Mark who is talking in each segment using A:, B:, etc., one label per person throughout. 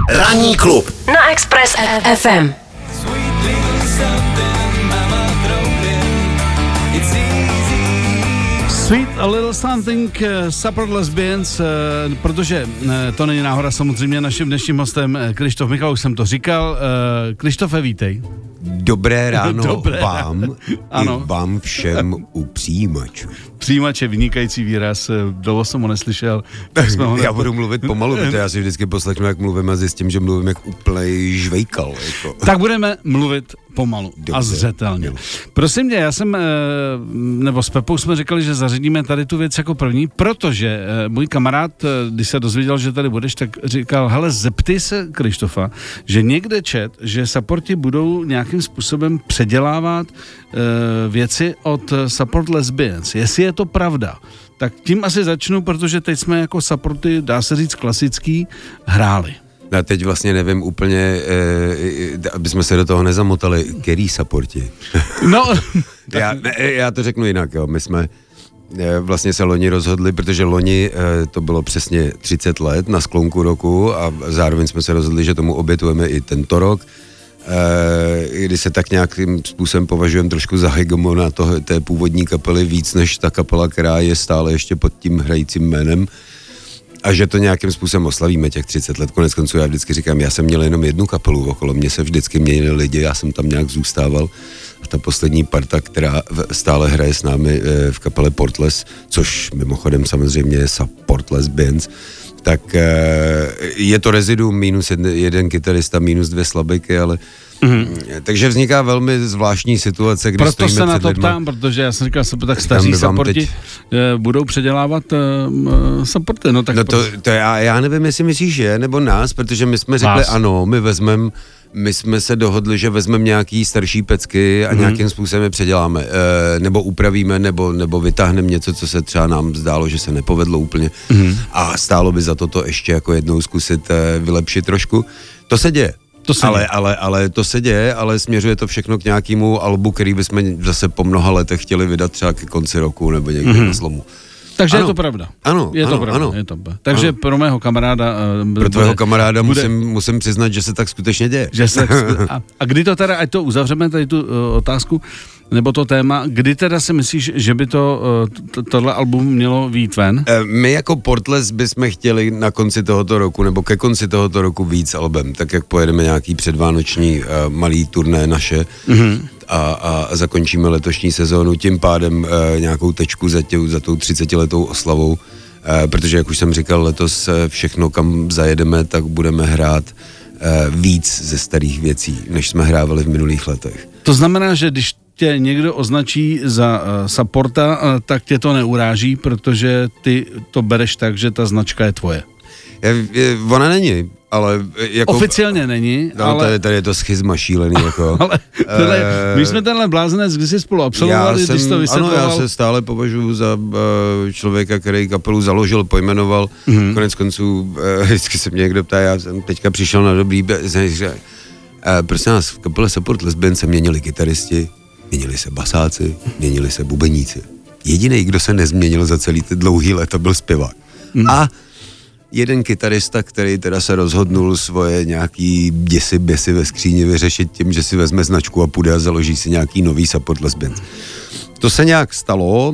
A: Ranní klub
B: na Express FM.
C: Sweet a Little Something, Support Lesbians, protože to není náhoda, samozřejmě naším dnešním hostem Krištof Michal, už jsem to říkal. Krištofe, vítej.
D: Dobré ráno.
C: Dobré
D: vám
C: ano.
D: I vám všem u přijímačů.
C: Přijímač je vynikající výraz, dlouho jsem ho neslyšel.
D: Já budu mluvit pomalu, protože já si vždycky poslechnu, jak mluvím a zjistím, že mluvím jak úplnej žvejkal. Jako.
C: Tak budeme mluvit pomalu. Dobře. A zřetelně. Prosím tě, já jsem, nebo s Pepou jsme říkali, že zařadíme tady tu věc jako první, protože můj kamarád, když se dozvěděl, že tady budeš, tak říkal, hele, zeptej se Krištofa, že někde čet, že supporti budou nějakým způsobem předělávat věci od Support Lesbians. Jestli je to pravda, tak tím asi začnu, protože teď jsme jako supporty, dá se říct klasický, hráli.
D: Já teď vlastně nevím úplně, aby jsme se do toho nezamotali, který supporti.
C: No.
D: já to řeknu jinak, jo. My jsme vlastně se loni rozhodli, protože loni to bylo přesně 30 let na sklonku roku a zároveň jsme se rozhodli, že tomu obětujeme i tento rok, kdy se tak nějakým způsobem považujeme trošku za hegemona té původní kapely víc než ta kapela, která je stále ještě pod tím hrajícím jménem. A že to nějakým způsobem oslavíme těch 30 let. Konec konců já vždycky říkám, já jsem měl jenom jednu kapelu, okolo mě se vždycky měnili lidi, já jsem tam nějak zůstával. A ta poslední parta, která stále hraje s námi v kapele Portless, což mimochodem samozřejmě je Support Lesbians, tak je to reziduum minus jeden kytarista, minus 2 slabiky, ale takže vzniká velmi zvláštní situace, kdy
C: proto
D: stojíme
C: se na to
D: lidma.
C: ptám, protože já jsem říkal, tak staří supporti budou předělávat supporty. No, tak
D: to já nevím, jestli myslíš, že nebo nás, protože my jsme řekli ano, my jsme se dohodli, že vezmeme nějaký starší pecky a nějakým způsobem je předěláme, nebo upravíme, nebo vytáhneme něco, co se třeba nám zdálo, že se nepovedlo úplně a stálo by za to ještě jako jednou zkusit vylepšit trošku. To se děje. Ale to se děje, ale směřuje to všechno k nějakému albu, který bychom zase po mnoha letech chtěli vydat třeba ke konci roku nebo někde na zlomu.
C: Takže ano, je to pravda.
D: Ano,
C: je to pravda.
D: Ano.
C: Je to pravda. Takže ano. Pro mého kamaráda...
D: Pro tvého kamaráda musím přiznat, že se tak skutečně děje.
C: A kdy to teda, ať to uzavřeme, tady tu otázku, nebo to téma, kdy teda si myslíš, že by tohle album mělo vyjít ven?
D: My jako Portless bychom chtěli na konci tohoto roku, nebo ke konci tohoto roku víc album, tak jak pojedeme nějaký předvánoční malý turné naše a zakončíme letošní sezónu, tím pádem nějakou tečku za tou 30letou oslavou, protože jak už jsem říkal, letos všechno, kam zajedeme, tak budeme hrát víc ze starých věcí, než jsme hrávali v minulých letech.
C: To znamená, že když tě někdo označí za supporta, tak tě to neuráží, protože ty to bereš tak, že ta značka je tvoje.
D: Ona není, ale jako...
C: Oficiálně není, ale...
D: Tady je to schizma šílený, jako...
C: ale my jsme tenhle blázenec kdysi spolu absolvovali, když to vysvětloval.
D: Ano, já se stále považuji za člověka, který kapelu založil, pojmenoval, konec konců, vždycky se mě někdo ptá, já jsem teďka přišel na dobrý... Prosím nás, v kapele Support Lesbians se měnili kytaristi, měnili se basáci, měnili se bubeníci. Jediný, kdo se nezměnil za celý ty dlouhý léta, byl zpěvák. A jeden kytarista, který teda se rozhodnul svoje nějaký běsy ve skříni vyřešit tím, že si vezme značku a půjde a založí si nějaký nový Support Lesbians. To se nějak stalo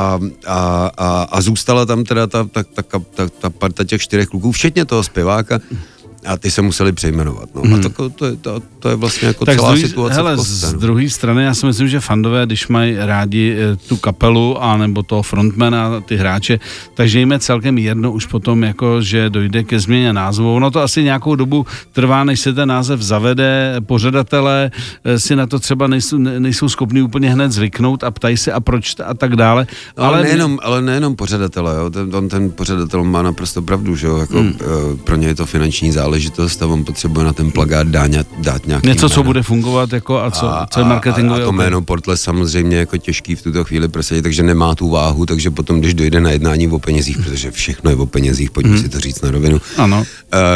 D: a zůstala tam teda ta parta těch 4 kluků, včetně toho zpěváka, a ty se museli přejmenovat. No. A to je vlastně jako tak celá situace.
C: Hele, z druhé strany já si myslím, že fandové, když mají rádi tu kapelu a nebo toho frontmana, ty hráče, takže jim je celkem jedno už potom, jako, že dojde ke změně názvu. Ono to asi nějakou dobu trvá, než se ten název zavede. Pořadatelé si na to třeba nejsou schopni úplně hned zvyknout a ptají se a proč a tak dále.
D: Ale nejenom pořadatelé. Jo. Ten pořadatel má naprosto pravdu, že jo. Jako, pro ně je to finanční záležitost a on potřebuje na ten plakát dát nějaký
C: něco,
D: jméno.
C: Co bude fungovat jako a co je marketingové.
D: A to jméno Portless samozřejmě jako těžký v tuto chvíli prosadit, takže nemá tu váhu, takže potom, když dojde na jednání o penězích, protože všechno je o penězích, pojďme si to říct na rovinu,
C: ano.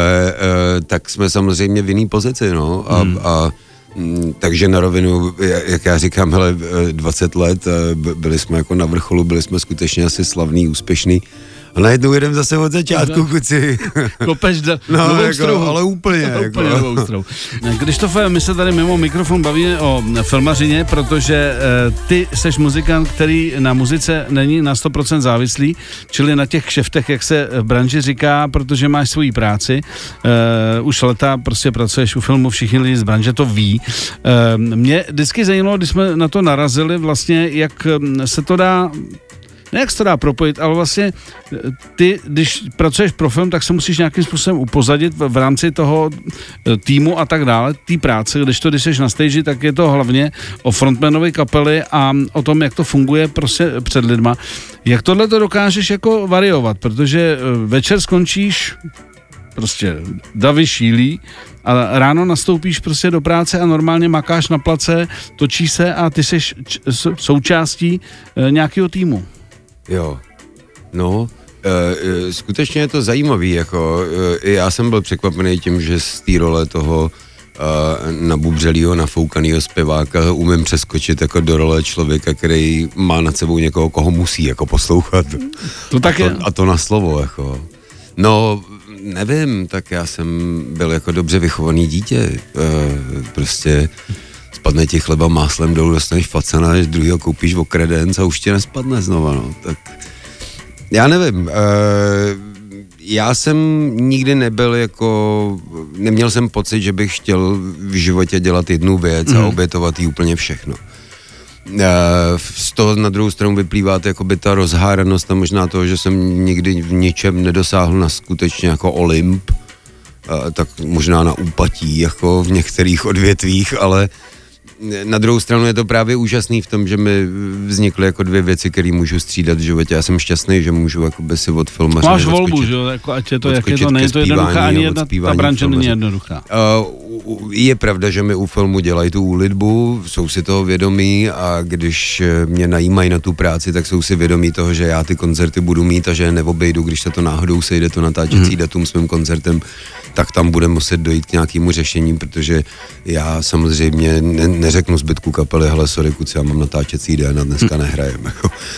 D: Tak jsme samozřejmě v jiný pozici, no, takže na rovinu, jak já říkám, hele, 20 let, byli jsme jako na vrcholu, byli jsme skutečně asi slavný, úspěšný, A najednou jedem zase od začátku, kuci.
C: Kopeš
D: no,
C: novou
D: jako,
C: struhu.
D: ale úplně.
C: Úplně novou struhu. Krištofe, my se tady mimo mikrofon bavíme o filmařině, protože ty seš muzikant, který na muzice není na 100% závislý, čili na těch kšeftech, jak se v branži říká, protože máš svoji práci. Už leta prostě pracuješ u filmu, všichni lidi z branže to ví. Mě vždycky zajímalo, když jsme na to narazili, vlastně, jak se to dá, ne jak se to dá propojit, ale vlastně ty, když pracuješ pro film, tak se musíš nějakým způsobem upozadit v rámci toho týmu a tak dále, té práce, když jsi na stage, tak je to hlavně o frontmanovi kapely a o tom, jak to funguje prostě před lidma. Jak tohle to dokážeš jako variovat, protože večer skončíš, prostě davy šílí a ráno nastoupíš prostě do práce a normálně makáš na place, točí se a ty jsi součástí nějakého týmu. Jo,
D: no, skutečně je to zajímavý, jako já jsem byl překvapený tím, že z té role toho nabubřelýho, nafoukanýho zpěváka umím přeskočit jako do role člověka, který má nad sebou někoho, koho musí jako poslouchat.
C: To tak je.
D: A to na slovo, jako. No, nevím, tak já jsem byl jako dobře vychovaný dítě, prostě spadne ti chleba máslem dolů, dostaneš facana, až druhýho koupíš o kredenc a už ti nespadne znova, no, tak já nevím, já jsem nikdy nebyl jako, neměl jsem pocit, že bych chtěl v životě dělat jednu věc a obětovat jí úplně všechno. Z toho na druhou stranu vyplývá jakoby ta rozháranost a možná toho, že jsem nikdy v ničem nedosáhl na skutečně jako Olymp, tak možná na úpatí jako v některých odvětvích, ale na druhou stranu je to právě úžasný v tom, že mi vznikly jako dvě věci, které můžu střídat v životě. Já jsem šťastný, že můžu jakoby si od filmaře
C: máš volbu, že jo, jako ať je to, jak je to, není to jednoduchá, ani jedna ta branže není jednoduchá.
D: Je pravda, že mi u filmu dělají tu úlitbu, jsou si toho vědomí a když mě najímají na tu práci, tak jsou si vědomí toho, že já ty koncerty budu mít a že je neobejdu, když se to náhodou sejde to natáčecí datum s mým koncertem, tak tam bude muset dojít k nějakému řešení, protože já samozřejmě neřeknu zbytku kapely, hele, sorry, kuci, já mám natáčecí den a dneska nehrajeme.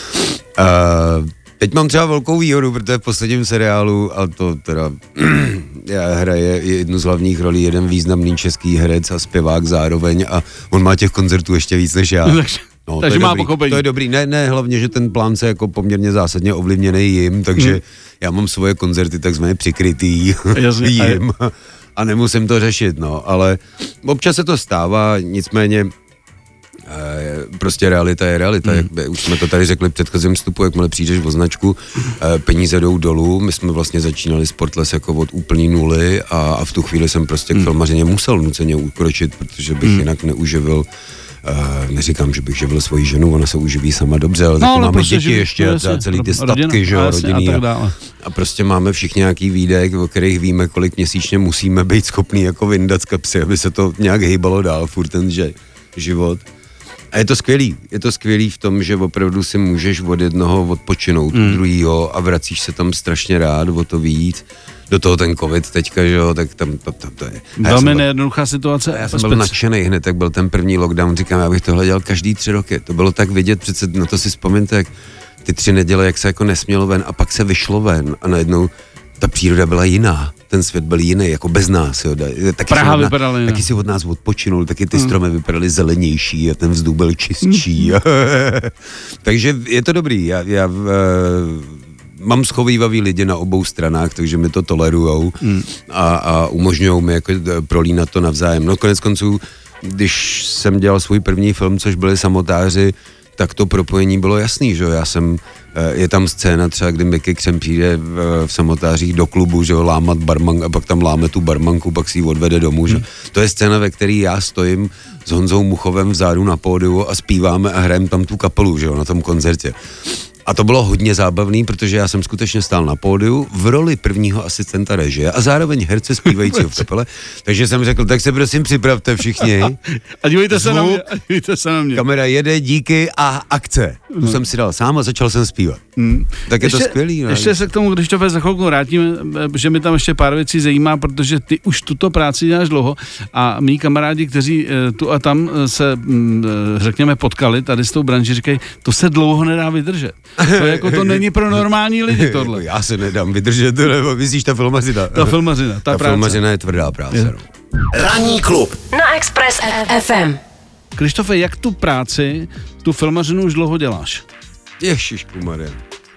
D: Teď mám třeba velkou výhodu, protože v posledním seriálu, a to teda hraje jednu z hlavních rolí jeden významný český herec a zpěvák zároveň a on má těch koncertů ještě víc než já. No,
C: takže má pochopení.
D: To je dobrý, ne, hlavně, že ten plán se jako poměrně zásadně ovlivněný jim, takže já mám svoje koncerty takzvaně přikrytý jim a nemusím to řešit, no, ale občas se to stává, nicméně prostě realita je realita, jak už jsme to tady řekli v předchozím vstupu, jakmile přijdeš o značku, peníze jdou dolů, my jsme vlastně začínali Sportless jako od úplný nuly a v tu chvíli jsem prostě k filmařině musel nuceně ukročit, protože bych jinak neuživil. Neříkám, že bych živil svoji ženu, ona se uživí sama dobře, ale taky máme prostě děti ještě a celý ty statky, že jo, rodinný a prostě máme všichni nějaký výdek, o kterých víme, kolik měsíčně musíme být schopný jako vyndat z kapsy, aby se to nějak hýbalo dál, furt ten život. A je to skvělý v tom, že opravdu si můžeš od jednoho odpočinout, od druhýho a vracíš se tam strašně rád, o to víc. Do toho ten covid teďka, že jo, tak tam to je.
C: Velmi nejednoduchá situace.
D: Já jsem byl nadšenej hned, tak byl ten první lockdown, říkám, já bych tohle dělal každý 3 roky. To bylo tak vidět, přece na to si vzpomeňte, jak ty 3 neděle, jak se jako nesmělo ven a pak se vyšlo ven a najednou ta příroda byla jiná. Ten svět byl jiný, jako bez nás. Jo. Taky si od nás odpočinul, taky ty stromy vypadaly zelenější a ten vzduch byl čistší. Takže je to dobrý. Já mám schovývavý lidi na obou stranách, takže mi to tolerujou a umožňují mi jako prolínat to navzájem. No konec konců, když jsem dělal svůj první film, což byli Samotáři, tak to propojení bylo jasný, že jo, je tam scéna třeba, kdy Mickey Křem přijde v Samotářích do klubu, že jo, lámat barman a pak tam láme tu barmanku, pak si ji odvede domů, že to je scéna, ve které já stojím s Honzou Muchovem vzadu na pódiu a zpíváme a hrajeme tam tu kapelu, že jo, na tom koncertě. A to bylo hodně zábavný, protože já jsem skutečně stál na pódiu v roli prvního asistenta režie a zároveň herce zpívajícího v kapele. Takže jsem řekl, tak se prosím připravte všichni.
C: A dívejte se na mě.
D: Kamera jede, díky a akce. Tu jsem si dal sám a začal jsem zpívat. Tak je to skvělý. Ne?
C: Ještě se k tomu, Krištofe, za chvilku vrátím, že mi tam ještě pár věcí zajímá, protože ty už tuto práci děláš dlouho a mý kamarádi, kteří tu a tam se, řekněme, potkali tady s tou branži, říkají, to se dlouho nedá vydržet. To není pro normální lidi tohle.
D: Já se nedám vydržet, nebo myslíš ta filmařina?
C: Ta filmařina, ta práce.
D: Filmařina je tvrdá práce.
B: Ranní klub na Express FM.
C: Krištofe, jak tu práci, tu filmařinu už dlouho děláš?
D: Ježiškumarja.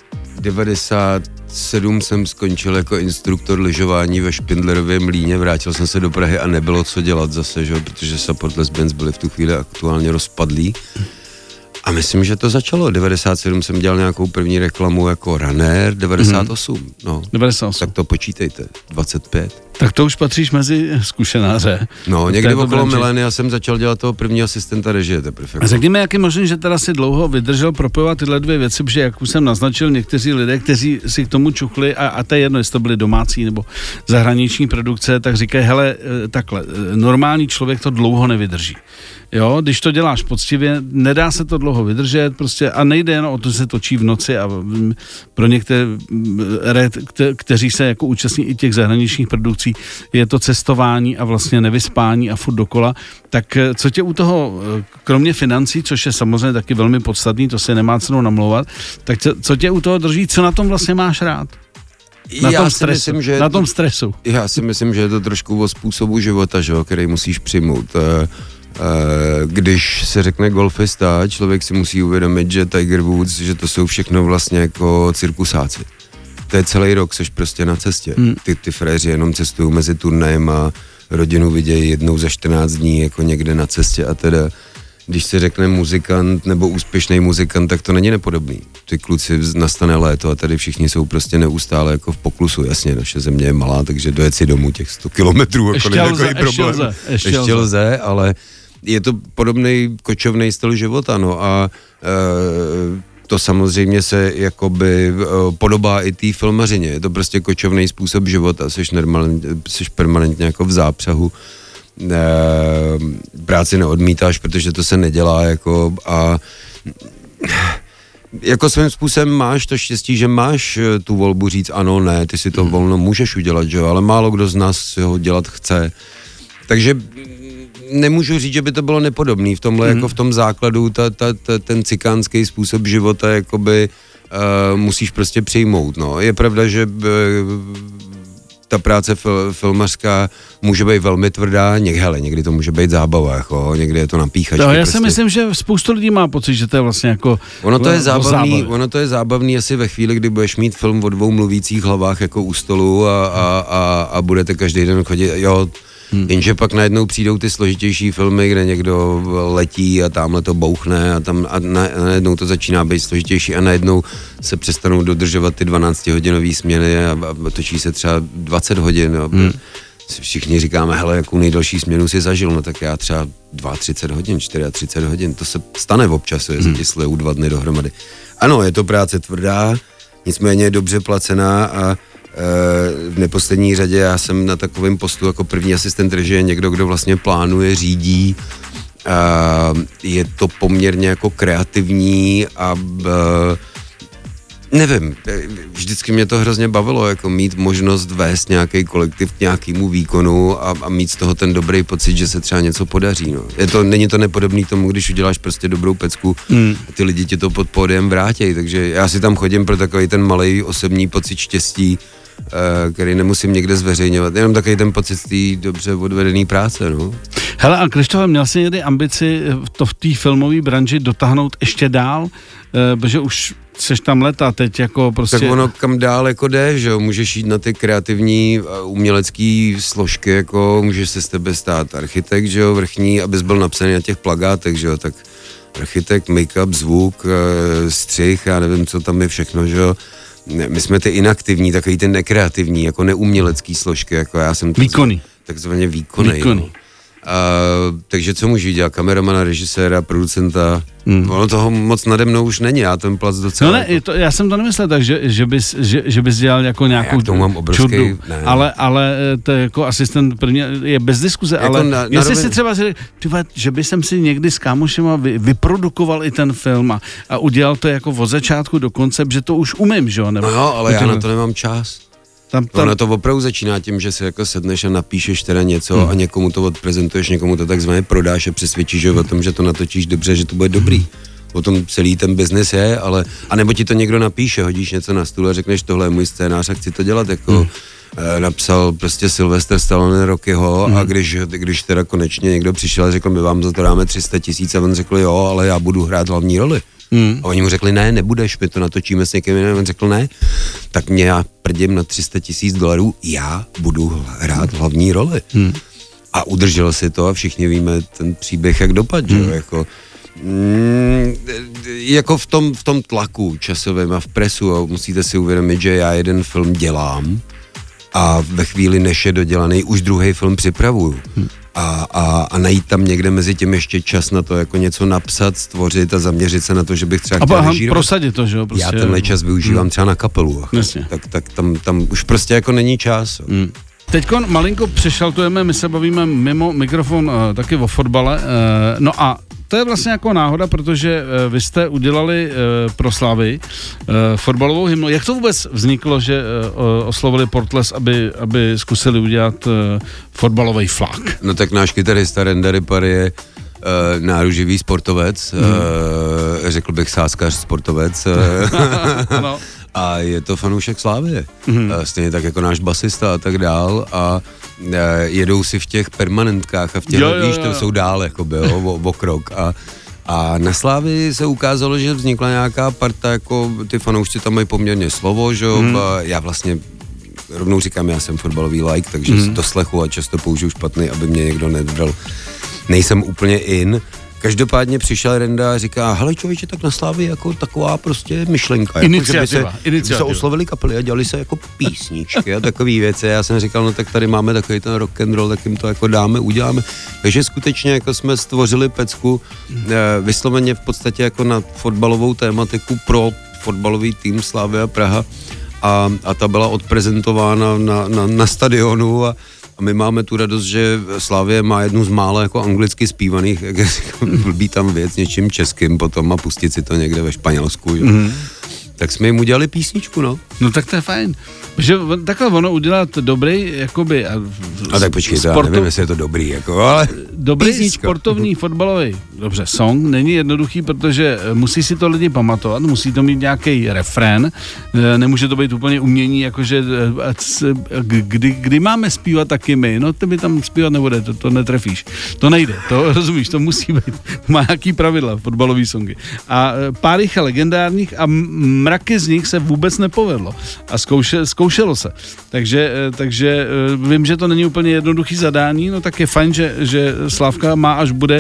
D: 97 jsem skončil jako instruktor lyžování ve Špindlerově mlýně, vrátil jsem se do Prahy a nebylo co dělat zase, že? Protože Support Les Bands byli v tu chvíli aktuálně rozpadlí. A myslím, že to začalo. 97 jsem dělal nějakou první reklamu jako runner, 98, no.
C: 98.
D: Tak to počítejte, 25.
C: Tak to už patříš mezi zkušenáře.
D: No, někdy okolo milénia jsem začal dělat toho prvního asistenta režie teprve.
C: A řekněme, jak je možné, že teda si dlouho vydržel propojovat tyhle dvě věci, protože jak už jsem naznačil, někteří lidé, kteří si k tomu čuchli, a to je jedno, jestli to byly domácí nebo zahraniční produkce, tak říkají, hele, takhle, normální člověk to dlouho nevydrží. Jo, když to děláš poctivě, nedá se to dlouho vydržet, prostě, a nejde jen o to, že se točí v noci a pro některé, kteří se jako účastní i těch zahraničních produkcí, je to cestování a vlastně nevyspání a furt dokola. Tak co tě u toho, kromě financí, což je samozřejmě taky velmi podstatný, to se nemá cenu namlouvat, tak co tě u toho drží, co na tom vlastně máš rád? Na tom stresu.
D: Já si myslím, že je to trošku o způsobu života, že, který musíš přijmout. Když se řekne golfista, člověk si musí uvědomit, že Tiger Woods, že to jsou všechno vlastně jako cirkusáci. To je celý rok, seš prostě na cestě. Ty fréři jenom cestují mezi turnajem a rodinu vidějí jednou za 14 dní jako někde na cestě a teda když se řekne muzikant nebo úspěšný muzikant, tak to není nepodobný. Ty kluci, nastane léto a tady všichni jsou prostě neustále jako v poklusu. Jasně, naše země je malá, takže dojet si domů těch 100 kilometrů jako není takový problém. Ještě lze, ale je to podobný kočovný styl života, no a to samozřejmě se jakoby podobá i té filmařině. Je to prostě kočovný způsob života, seš permanentně jako v zápřahu. Práci neodmítáš, protože to se nedělá jako a jako svým způsobem máš to štěstí, že máš tu volbu říct ano, ne, ty si to volno můžeš udělat, že jo, ale málo kdo z nás si ho dělat chce. Takže nemůžu říct, že by to bylo nepodobný v tomhle, jako v tom základu, ten cikánský způsob života, jakoby musíš prostě přijmout, no. Je pravda, že ta práce filmařská může být velmi tvrdá, někdy to může být zábava, jako, někdy je to napíchačky.
C: Já si myslím, že spoustu lidí má pocit, že to je vlastně jako
D: Ono to je zábavný asi ve chvíli, kdy budeš mít film o dvou mluvících hlavách jako u stolu a budete každý den chodit, jo, jenže pak najednou přijdou ty složitější filmy, kde někdo letí a tamhle to bouchne a najednou to začíná být složitější a najednou se přestanou dodržovat ty 12-hodinové směny a točí se třeba 20 hodin. Jo. Všichni říkáme, hele, jakou nejdelší směnu si zažil, no tak já třeba 32 hodin, 34 hodin, to se stane občas, jestli slejou 2 dny dohromady. Ano, je to práce tvrdá, nicméně je dobře placená a v neposlední řadě já jsem na takovém postu jako první asistent režie, někdo, kdo vlastně plánuje, řídí, je to poměrně jako kreativní a nevím, vždycky mě to hrozně bavilo, jako mít možnost vést nějaký kolektiv k nějakému výkonu a mít z toho ten dobrý pocit, že se třeba něco podaří, no. Není to nepodobný tomu, když uděláš prostě dobrou pecku a ty lidi ti to pod pódiem vrátí, takže já si tam chodím pro takový ten malej osobní pocit štěstí, který nemusím někde zveřejňovat, jenom takový ten pocit z té dobře odvedené práce, no.
C: Hele, a Krištofe, měl jsi někdy ambici to v té filmové branži dotáhnout ještě dál, protože už seš tam leta teď jako prostě...
D: Tak ono kam dál jako jde, že jo, můžeš jít na ty kreativní umělecký složky, jako můžeš se z tebe stát architekt, že jo, vrchní, abys byl napsaný na těch plakátech, že jo, tak architekt, make-up, zvuk, střih, já nevím, co tam je všechno, že jo. My jsme ty inaktivní, takový ten nekreativní, jako neumělecký složky, jako já jsem...
C: Výkonný.
D: Takzvaně výkonný. No. Takže co můžu dělat? Kameramana, režiséra, producenta. Ono toho moc nade mnou už není, já ten plac docela...
C: No ne, já jsem to nemyslel tak, že bys dělal jako nějakou čurdu, ale to jako asistent první je bez diskuze, jako ale jestli si třeba že by jsem si někdy s kámošema vyprodukoval i ten film a udělal to jako od začátku do konce, že to už umím, že jo?
D: No jo, ale já na to nemám čas. Ono to opravdu začíná tím, že si jako sedneš a napíšeš teda něco a někomu to odprezentuješ, někomu to takzvaně prodáš a přesvědčíš o tom, že to natočíš dobře, že to bude dobrý. O tom celý ten biznis je, ale a nebo ti to někdo napíše, hodíš něco na stůl a řekneš, tohle je můj scénář a chci to dělat, jako napsal prostě Sylvester Stallone Rockyho a když teda konečně někdo přišel a řekl, my vám za to dáme 300 000 a on řekl, jo, ale já budu hrát hlavní roli. A oni mu řekli, ne, nebudeš, my to natočíme s někým jiným. On řekl, ne, tak mě já prdím na $300,000, já budu hrát hlavní roli. A udržel si to a všichni víme ten příběh, jak dopadl, že jako v tom tlaku časovém a v presu a musíte si uvědomit, že já jeden film dělám a ve chvíli, než je dodělaný, už druhý film připravuju. A najít tam někde mezi tím ještě čas na to, jako něco napsat, stvořit a zaměřit se na to, že bych třeba chtěl režírovat.
C: Prosadit to, že jo? Prostě,
D: já tenhle čas využívám třeba na kapelu. Tak tam už prostě jako není čas.
C: Teďko malinko přešaltujeme, my se bavíme mimo mikrofon taky o fotbale. No a to je vlastně jako náhoda, protože vy jste udělali pro Slavii fotbalovou hymnu. Jak to vůbec vzniklo, že oslovili Portles, aby zkusili udělat fotbalový flak?
D: No tak náš kytarista Renda Ripar je náruživý sportovec, řekl bych sázkař sportovec.
C: No.
D: A je to fanoušek Slávie. Stejně tak jako náš basista a tak dál. A jedou si v těch permanentkách a v těch, víš, to jsou dál, jakoby, o krok. A na Slávii se ukázalo, že vznikla nějaká parta, jako ty fanoušci tam mají poměrně slovo, že já vlastně rovnou říkám, já jsem fotbalový like, takže to slechu a často použiju špatný, aby mě někdo nedbral. Nejsem úplně in. Každopádně přišel Renda a říká, hele člověče, tak na Slávii jako taková prostě myšlenka.
C: Iniciativa.
D: Jako, se oslovili kapely a dělali se jako písničky a takový věci. Já jsem říkal, no tak tady máme takový ten rock and roll, tak jim to jako dáme, uděláme. Takže skutečně jako jsme stvořili pecku vysloveně v podstatě jako na fotbalovou tématiku pro fotbalový tým Slavia Praha a ta byla odprezentována na stadionu a my máme tu radost, že Slavie má jednu z mála jako anglicky zpívaných, jak blbý tam věc něčím českým potom a pustit si to někde ve Španělsku. Tak jsme jim udělali písničku, no.
C: No tak to je fajn. Že takhle ono udělat dobrý, jakoby...
D: A tak počkej, já nevím, jestli je to dobrý, jako, ale...
C: Dobrý
D: písnička.
C: Sportovní, fotbalový, dobře, song není jednoduchý, protože musí si to lidi pamatovat, musí to mít nějaký refrén, nemůže to být úplně umění, jakože kdy máme zpívat taky my, no ty by tam zpívat nebude, to netrefíš, to nejde, to rozumíš, to musí být, má nějaký pravidla, fotbalový songy. A pár jich je legendárních a mraky z nich se vůbec nepovedlo a zkoušelo se. Takže vím, že to není úplně jednoduchý zadání, no tak je fajn, že Slávka má,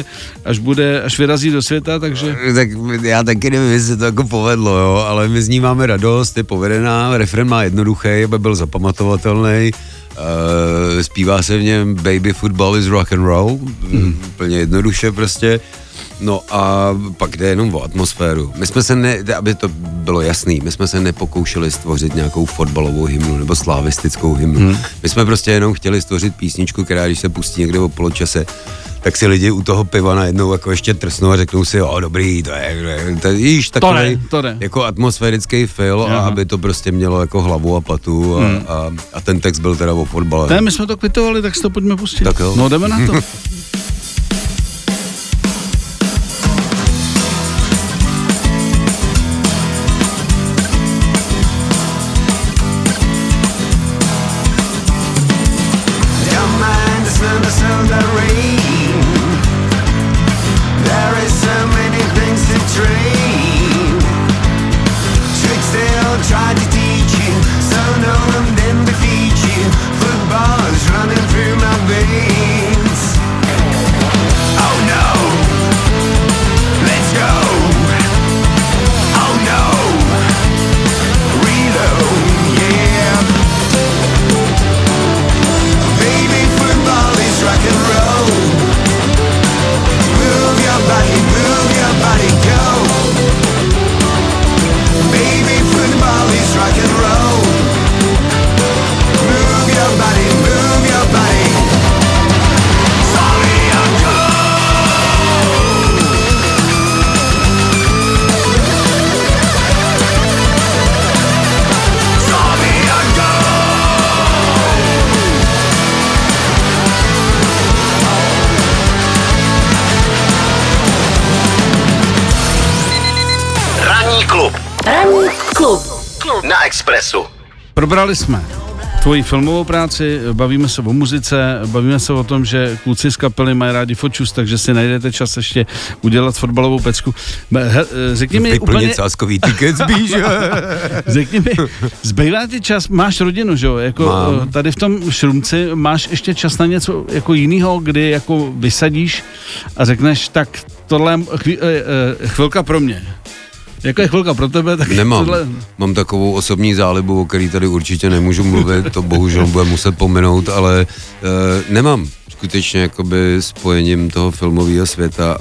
C: až vyrazí do světa, takže...
D: Tak já taky nevím, jestli se to jako povedlo, jo, ale my z ní máme radost, je povedená, refren má jednoduchý, aby byl zapamatovatelný, zpívá se v něm Baby football is rock and roll, úplně jednoduše prostě. No a pak jde jenom o atmosféru. My jsme se aby to bylo jasný, my jsme se nepokoušeli stvořit nějakou fotbalovou hymnu nebo slavistickou hymnu. My jsme prostě jenom chtěli stvořit písničku, která když se pustí někde o poločase, tak si lidi u toho piva najednou jako ještě trsnou a řeknou si, jo, dobrý, to je již takový jako atmosférický feel a aby to prostě mělo jako hlavu a patu a ten text byl teda o fotbale.
C: Ne, my jsme to kvitovali, tak si to pojďme pustit.
D: Tak jo.
C: No jdeme na to.
B: na Expressu.
C: Probrali jsme tvoji filmovou práci, bavíme se o muzice, bavíme se o tom, že kluci z kapely mají rádi fočus, takže si najdete čas ještě udělat fotbalovou pecku. Řekni mi úplně...
D: sázkový tiket spíš.
C: Řekni mi, zbývá ti čas, máš rodinu, že jo? Jako tady v tom Šrumci máš ještě čas na něco jako jinýho, kdy jako vysadíš a řekneš, tak tohle chvilka pro mě. Jako je chvilka pro tebe, tak
D: nemám.
C: Tohle...
D: Mám takovou osobní zálibu, o který tady určitě nemůžu mluvit, to bohužel bude muset pominout, ale nemám skutečně jakoby spojením toho filmového světa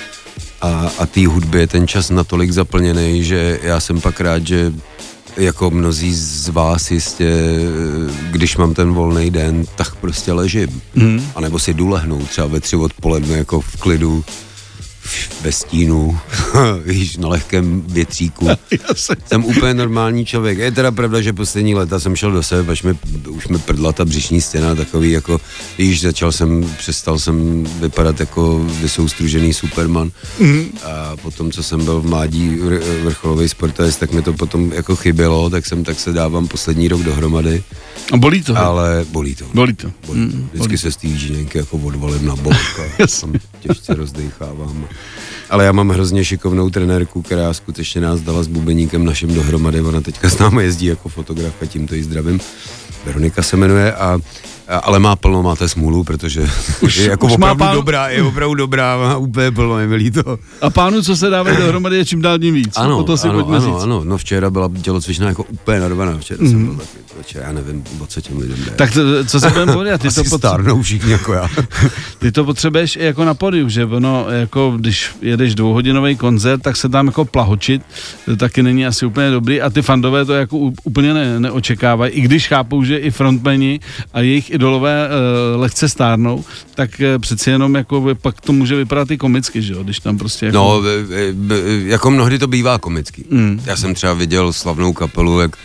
D: a té hudby je ten čas natolik zaplněný, že já jsem pak rád, že jako mnozí z vás jistě, když mám ten volný den, tak prostě ležím. A nebo si jdu lehnout třeba ve 3 odpoledne jako v klidu, bez stínu, víš, na lehkém větříku. Jsem úplně normální člověk. Je teda pravda, že poslední léta jsem šel do sebe, až už mi prdla ta břišní stěna, takový jako, víš, přestal jsem vypadat jako vysoustružený Superman. A potom, co jsem byl v mládí vrcholový sportovec, tak mi to potom jako chybělo, tak se dávám poslední rok dohromady.
C: A bolí to?
D: Ale bolí to. Vždycky se z té žíněnky jako odvalím na bok a tam těžce rozdýchávám. Ale já mám hrozně šikovnou trenérku, která skutečně nás dala s bubeníkem naším dohromady. Ona teďka s námi jezdí jako fotografka, tímto jí zdravím. Veronika se jmenuje ale máte smůlu, protože je jako opravdu dobrá, má úplně plno, je mi líto.
C: A pánu, co se dávají dohromady, je čím dál tím víc.
D: Ano, no včera byla tělocvičná jako úplně narvaná, včera jsem byl takový večer, já nevím, o co těm lidem jde.
C: Tak co se budeme povědět?
D: Asi stárnou všichni jako já.
C: Ty to potřebuješ i jako na pódiu, že ono, jako když jedeš 2hodinový koncert, tak se tam jako plahočit, to taky není asi úplně dobrý a ty fandové to jako úplně neočekávají, i když chápou, že i frontmeni a jejich idolové lehce stárnou, tak přeci jenom jako pak to může vypadat i komicky, že jo, když tam prostě jako...
D: No, jako mnohdy to bývá komický. Já jsem třeba viděl slavnou kapelu, jak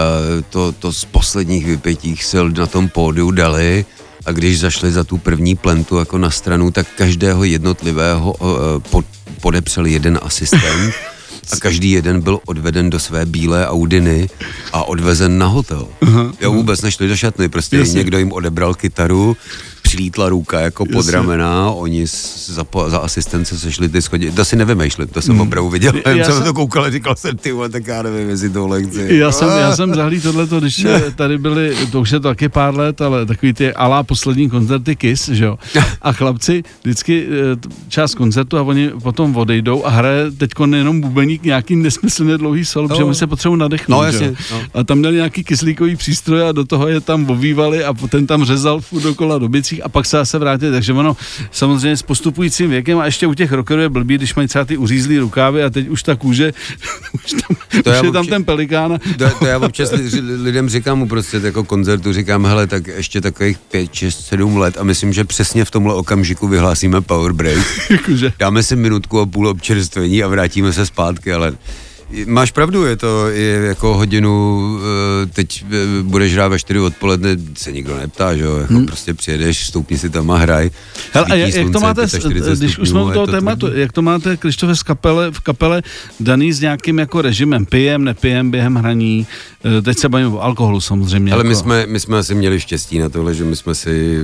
D: to z posledních vypětích sil na tom pódiu dali a když zašli za tu první plentu jako na stranu, tak každého jednotlivého podepřel jeden asistent a každý jeden byl odveden do své bílé Audiny a odvezen na hotel. Jo, vůbec nešli do šatny, prostě někdo jim odebral kytaru, přilítla ruka jako pod ramena, oni za asistence sešli ty schodě. To si nevymýšlím, to jsem opravdu viděl. Jsem to koukal a říkal jsem, ty vole, tak já nevím, jestli to lekci.
C: Já jsem zahlíd tohleto, když tady byli, to už je to taky pár let, ale takový ty alá poslední koncerty Kiss, že jo. A chlapci vždycky část koncertu a oni potom odejdou a hraje teďko nejenom bubeník nějaký nesmyslně dlouhý solo, protože oni se potřebují nadechnout.
D: No, jasně.
C: A tam měli nějaký kyslíkový přístroj a do toho je tam ovívali a ten tam řezal furt dokola do bicích a pak se zase vrátit, takže ono samozřejmě s postupujícím věkem a ještě u těch rockerů je blbý, když mají třeba ty uřízlý rukávy a teď už ta kůže, už je tam ten pelikán.
D: To já občas lidem říkám uprostřed jako koncertu, říkám, hele, tak ještě takových 5, 6, 7 let a myslím, že přesně v tomhle okamžiku vyhlásíme power break. Dáme si 1,5 minuty občerstvení a vrátíme se zpátky, ale máš pravdu, je jako hodinu, teď budeš hrát ve 4 odpoledne, se nikdo neptá, že jo, jako prostě přijedeš, stoupni si tam a hraj.
C: Hele, a jak to máte, když už jsme u toho tématu, jak to máte, Krištofe, v kapele daný s nějakým jako režimem, pijem, nepijem během hraní, teď se bavíme o alkoholu samozřejmě.
D: Ale
C: jako...
D: my jsme asi měli štěstí na tohle, že my jsme si,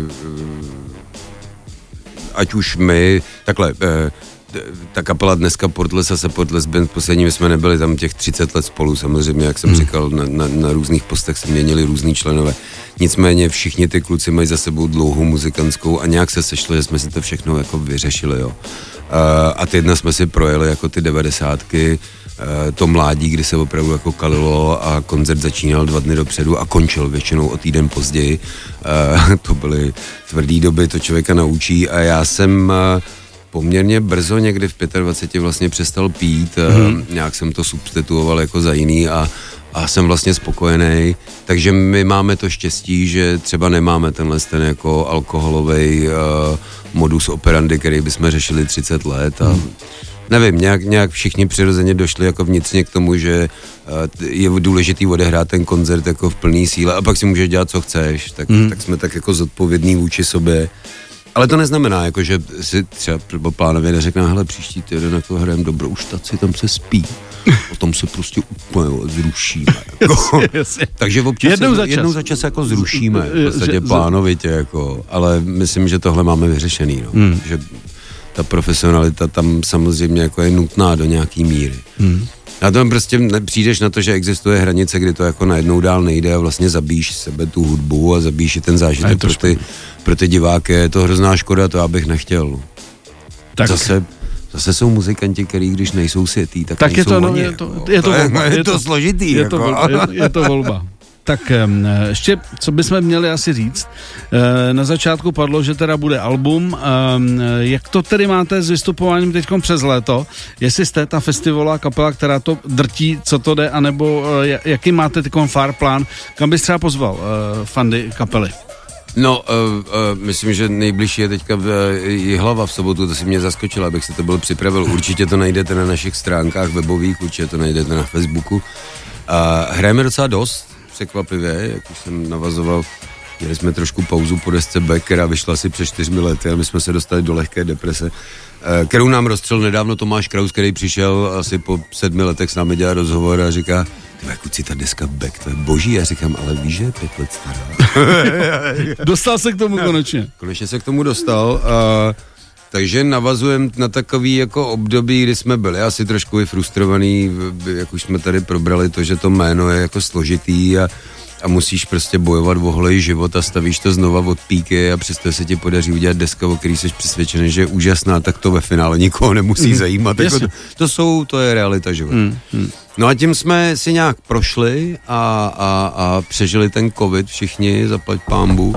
D: ať už my, takhle, ta kapela dneska Portless a Supportless Band, poslední jsme nebyli tam těch 30 let spolu, samozřejmě, jak jsem říkal, na různých postech se měnili různý členové. Nicméně všichni ty kluci mají za sebou dlouhou muzikantskou a nějak se sešlo, že jsme si to všechno jako vyřešili, jo. A ty dnes jsme si projeli jako ty 90ky, to mládí, kdy se opravdu jako kalilo a koncert začínal 2 dny dopředu a končil většinou o týden později. To byly tvrdý doby, to člověka naučí a já jsem poměrně brzo, někdy v 25 vlastně přestal pít, nějak jsem to substituoval jako za jiný a jsem vlastně spokojený, takže my máme to štěstí, že třeba nemáme ten jako alkoholovej modus operandi, který bychom řešili 30 let a nevím, nějak všichni přirozeně došli jako vnitřně k tomu, že je důležitý odehrát ten koncert jako v plný síle a pak si můžeš dělat, co chceš, tak jsme tak jako zodpovědní vůči sobě Ale to neznamená, jako, že si třeba plánově neřekne, hele, příští týden jako hrajeme dobrou štaci, tam se spí. Potom se prostě úplně zrušíme. Jako. Takže občas jednou za čas jako zrušíme, v podstatě plánovitě, jako. Ale myslím, že tohle máme vyřešený, no. Že ta profesionalita tam samozřejmě jako je nutná do nějaký míry. A tam prostě přijdeš na to, že existuje hranice, kdy to jako najednou dál nejde a vlastně zabíjíš sebe tu hudbu a zabíjíš i ten zážitek pro ty diváky. Je to hrozná škoda, to já bych nechtěl. Tak. Zase jsou muzikanti, který když nejsou světí, tak nejsou
C: je to,
D: oni. Je to složitý.
C: Je to volba. Tak ještě, co bychom měli asi říct, na začátku padlo, že teda bude album, jak to tedy máte s vystupováním teďkom přes léto, jestli jste ta festivalová kapela, která to drtí, co to jde, anebo jaký máte teďkom far plán, kam bys třeba pozval fandy kapely?
D: No, myslím, že nejbližší je teďka Jihlava v sobotu, to si mě zaskočilo, abych si to byl připravil. Určitě to najdete na našich stránkách webových, určitě to najdete na Facebooku. Hrajeme docela dost, překvapivě, jak už jsem navazoval, měli jsme trošku pauzu po desce Back, která vyšla asi před 4 lety a my jsme se dostali do lehké deprese, kterou nám rozstřel nedávno Tomáš Kraus, který přišel asi po 7 letech s námi dělat rozhovor a říká, kluci, ta deska Back, to je boží. Já říkám, ale víš, že je 5 let stará.
C: Dostal se k tomu konečně.
D: Konečně se k tomu dostal. Takže navazujeme na takový jako období, kdy jsme byli asi trošku i frustrovaný, jak už jsme tady probrali to, že to jméno je jako složitý a musíš prostě bojovat o holej život a stavíš to znova od píky a přesto se ti podaří udělat deska, o který jsi přesvědčený, že je úžasná, tak to ve finále nikoho nemusí zajímat. Jako to je realita života. No a tím jsme si nějak prošli a přežili ten covid všichni, zaplať pánbu,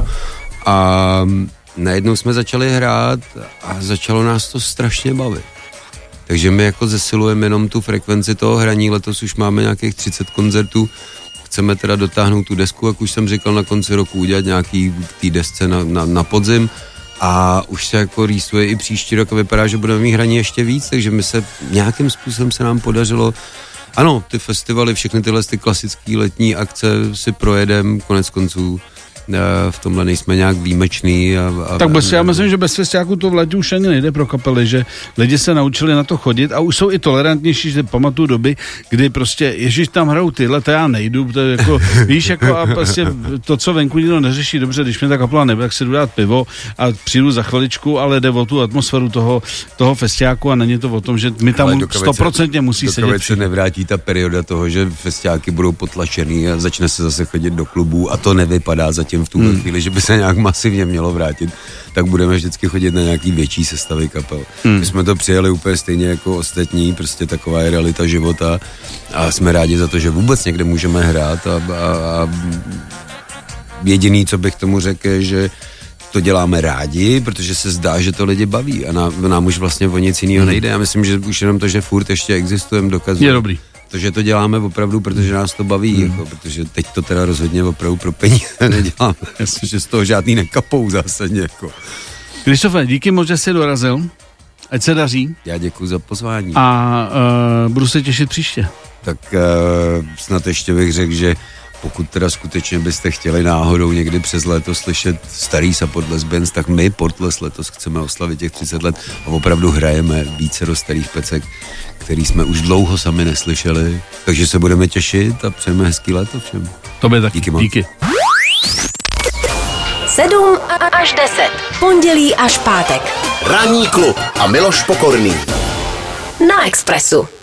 D: a najednou jsme začali hrát a začalo nás to strašně bavit. Takže my jako zesilujeme jenom tu frekvenci toho hraní, letos už máme nějakých 30 koncertů, chceme teda dotáhnout tu desku, jak už jsem říkal, na konci roku udělat nějaký té desce na podzim a už se jako rýsuje i příští rok a vypadá, že budeme mít hraní ještě víc, takže my se nějakým způsobem se nám podařilo, ano, ty festivaly, všechny tyhle ty klasické letní akce si projedem, konec konců v tomhle nejsme nějak výjimečný.
C: Tak já myslím, že bez festiáku to v létě už ani nejde pro kapely, že lidi se naučili na to chodit a už jsou i tolerantnější, že pamatuju doby, kdy prostě ježiš, tam hrajou tyhle, to já nejdu, to je jako, víš, jako a prostě to, co venku nikdo neřeší dobře, když mě ta kapela nebude, tak si jdu dát pivo a přijdu za chviličku, ale jde o tu atmosféru toho festiáku a není to o tom, že my tam 100% musí sedět.
D: Dokud se nevrátí ta perioda toho, že festiáky budou potlačený a začne se zase chodit do klubů a to nevypadá zatím v tuhle chvíli, že by se nějak masivně mělo vrátit, tak budeme vždycky chodit na nějaký větší sestavy kapel. My jsme to přijali úplně stejně jako ostatní, prostě taková je realita života a jsme rádi za to, že vůbec někde můžeme hrát a jediný, co bych tomu řekl, je, že to děláme rádi, protože se zdá, že to lidi baví a nám už vlastně o nic jiného nejde. Já myslím, že už jenom to, že furt ještě existujeme, dokazuje.
C: Je dobrý.
D: To, že to děláme opravdu, protože nás to baví, jako, protože teď to teda rozhodně opravdu pro peníze neděláme, že z toho žádný nekapou zásadně. Jako.
C: Krištofe, díky moc, že jsi dorazil, ať se daří.
D: Já děkuji za pozvání.
C: A budu se těšit příště.
D: Tak snad ještě bych řekl, že pokud teda skutečně byste chtěli náhodou někdy přes léto slyšet starý Support Lesbians, tak my Portles letos chceme oslavit těch 30 let a opravdu hrajeme více do starých pecek, který jsme už dlouho sami neslyšeli, takže se budeme těšit a přejeme hezký léto všem.
C: Tobě taky. Díky.
B: 7 až 10. Pondělí až pátek. Ranní klub a Miloš Pokorný. Na Expressu.